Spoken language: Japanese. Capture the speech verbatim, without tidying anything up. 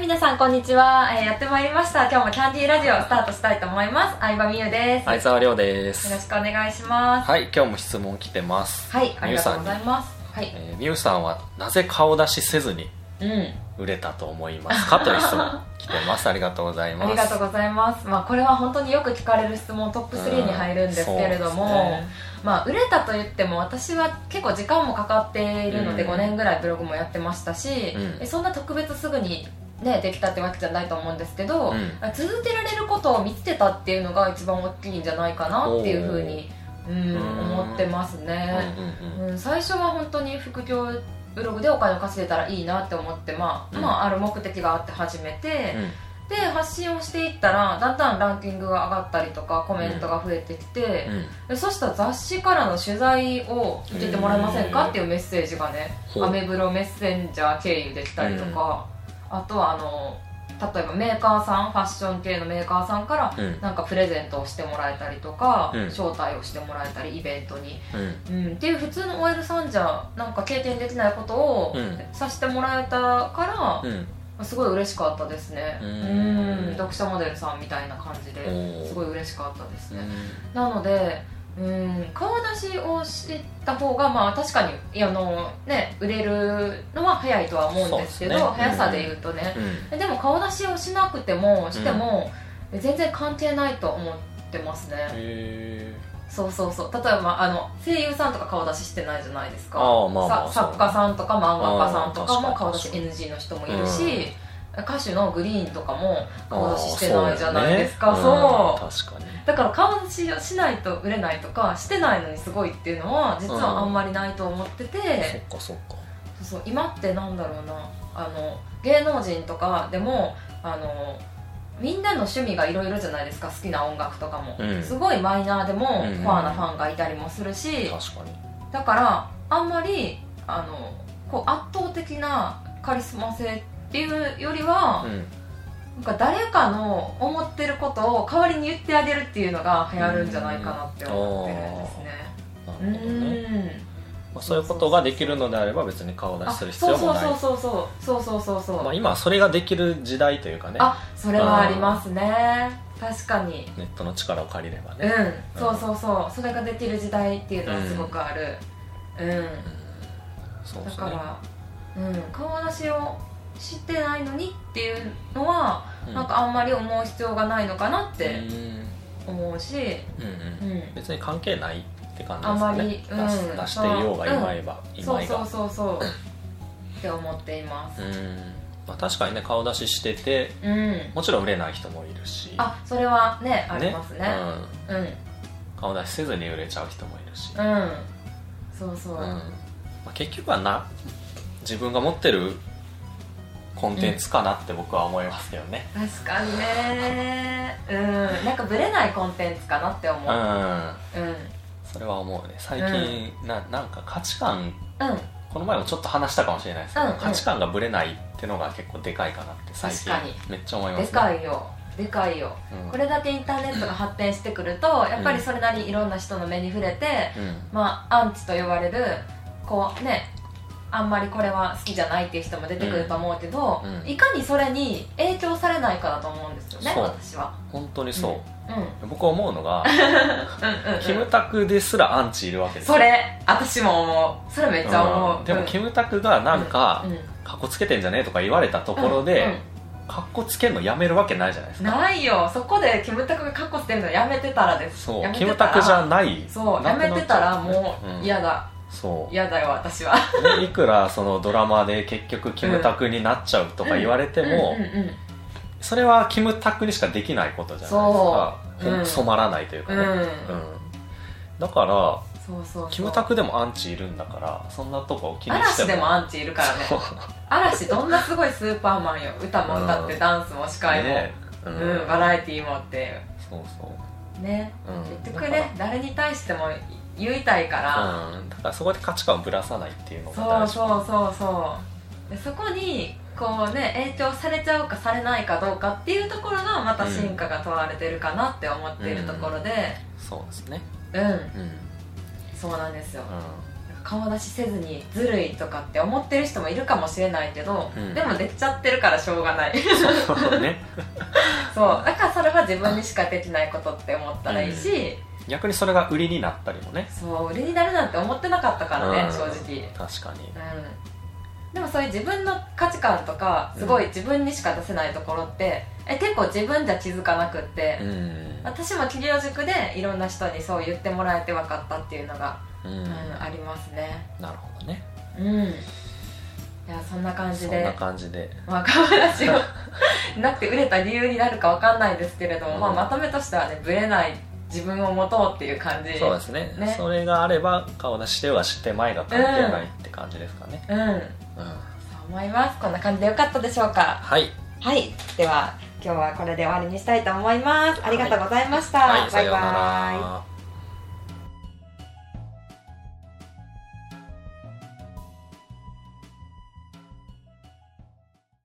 皆さんこんにちは、えー、やってまいりました。今日もキャンディーラジオをスタートしたいと思います。相葉美優です。 相沢亮です。 よろしくお願いします。 はい、今日も質問来てます。 はい、ありがとうございます。はい、 えー、美優さんはなぜ顔出しせずに売れたと思いますか、うん、という質問来てます。ありがとうございます。 ありがとうございます。まあ、これは本当によく聞かれる質問トップスリーに入るんですけれども、うんね、まあ、売れたと言っても私は結構時間もかかっているので、ごねんぐらいブログもやってましたし、うん、そんな特別すぐにね、できたってわけじゃないと思うんですけど、うん、続けられることを見つけたっていうのが一番大きいんじゃないかなっていうふうに、うん、思ってますね、うんうんうん、最初は本当に副業ブログでお金を稼げたらいいなって思って、まあうん、まあ、ある目的があって始めて、うん、で発信をしていったらだんだんランキングが上がったりとかコメントが増えてきて、うん、そしたら雑誌からの取材を受けてもらえませんかっていうメッセージがね、アメブロメッセンジャー経由できたりとか、うん、あとはあの例えばメーカーさん、ファッション系のメーカーさんからなんかプレゼントをしてもらえたりとか、うん、招待をしてもらえたりイベントに、うんうん、っていう普通の オーエル さんじゃなんか経験できないことをさせてもらえたから、うん、すごい嬉しかったですね。うん、読者モデルさんみたいな感じですごい嬉しかったですね。なのでうん、顔出しをした方が、まあ、確かにあの、ね、売れるのは早いとは思うんですけど、ね、速さで言うとね、うん、でも顔出しをしなくてもしても、うん、全然関係ないと思ってますね。へー、そうそうそう。例えばあの声優さんとか顔出ししてないじゃないですか。あ、まあまあ、作家さんとか漫画家さんとかも顔出し エヌジー の人もいるし、うん、歌手のグリーンとかも顔出ししてないじゃないですか。そう、そう、確かに。だから顔出しをしないと売れないとかしてないのにすごいっていうのは実はあんまりないと思ってて、 うん、そっかそっか。 そうそう、今ってなんだろうな、あの芸能人とかでもあのみんなの趣味がいろいろじゃないですか。好きな音楽とかも、うん、すごいマイナーでもコアなファンがいたりもするし、うん、確かに。だからあんまりあのこう圧倒的なカリスマ性っていうよりは、うん、なんか誰かの思ってることを代わりに言ってあげるっていうのが流行るんじゃないかなって思ってるんですね。 なるほどね。まあ、そういうことができるのであれば別に顔出しする必要もない。 そうそうそうそうそうそうそう、 まあ、今はそれができる時代というかね。 あ、それはありますね。確かにネットの力を借りればね。 うん、そうそうそう、それができる時代っていうのはすごくある。うん、うん、そうですね。だから、うん、顔出しを知ってないのにっていうのは、うん、なんかあんまり思う必要がないのかなって思うし、 うんうんうん、別に関係ないって感じですかね。あまり、うん、出していようがいまいが、うん、今いがそうそうそうそうって思っています。うん、 まあ、確かにね、顔出ししてて、うん、もちろん売れない人もいるし、 あ、それはね、ありますね、うんうん、 顔出しせずに売れちゃう人もいるし、 うん、そうそう、うん、まあ、結局はな、自分が持ってるコンテンツかなって僕は思いますけどね、 うん、確かにね、うん、なんかブレないコンテンツかなって思う、うん、 うん、それは思うね。最近、うん、な, なんか価値観、うん、この前もちょっと話したかもしれないですけど、うんうん、価値観がブレないってのが結構でかいかなって最近めっちゃ思いますね。 でかいよ、でかいよ、うん、これだけインターネットが発展してくると、やっぱりそれなりいろんな人の目に触れて、うん、まあアンチと呼ばれるこうね、あんまりこれは好きじゃないっていう人も出てくると思うけど、うん、いかにそれに影響されないかだと思うんですよね、私は。 本当にそう、うんうん、僕思うのがうんうん、うん、キムタクですらアンチいるわけですよ。 それ私も思う、それめっちゃ思う、うん、 でもキムタクがなんか、うんうん、カッコつけてんじゃねえとか言われたところで、うんうん、カッコつけるのやめるわけないじゃないですか。 ないよ、そこでキムタクがカッコつけるのやめてたらです。 そう、キムタクじゃない、 そうやめてたらもう嫌だ、うん、そう嫌だよ私は。 いくらそのドラマで結局キムタクになっちゃうとか言われても、それはキムタクにしかできないことじゃないですか、うん、染まらないというかね、うんうん、だからそうそうそう、キムタクでもアンチいるんだから、そんなとこを気にしても。 嵐でもアンチいるからね。嵐どんなすごいスーパーマンよ、歌も歌ってダンスも司会も、ね、うんうん、バラエティーもっていう、そうそうね、うん、結局ね、誰に対しても言いたいから、 うん、だからそこで価値観をぶらさないっていうのが大事。 そうそうそうそう、でそこにこうね、影響されちゃうかされないかどうかっていうところがまた進化が問われてるかなって思っているところで、 うんうん、そうですね、 うん、うん、そうなんですよ、 顔出しせずにずるいとかって思ってる人もいるかもしれないけど、うん、でもできちゃってるからしょうがないそうねそうだからそれは自分にしかできないことって思ったらいいし、 うん、逆にそれが売りになったりもね。 そう売りになるなんて思ってなかったからね、うん、正直確かに、 うん、でもそういう自分の価値観とかすごい自分にしか出せないところって、うん、え結構自分じゃ気づかなくって、うん、私も企業塾でいろんな人にそう言ってもらえて分かったっていうのが、うんうん、ありますね。 なるほどね。 うん。いやそんな感じで。 そんな感じで。 まあ顔出しをなくて売れた理由になるかわかんないですけれども、うん、まあまとめとしてはね、ブレない自分を持とうっていう感じ。 そうですね。ね、それがあれば顔出ししてはしてまいが関係ないって感じですかね。うん。うん。うん、そう思います。こんな感じでよかったでしょうか。 はい。 はい。では今日はこれで終わりにしたいと思います。ありがとうございました。 はいはい、 バイバイ。 さようなら。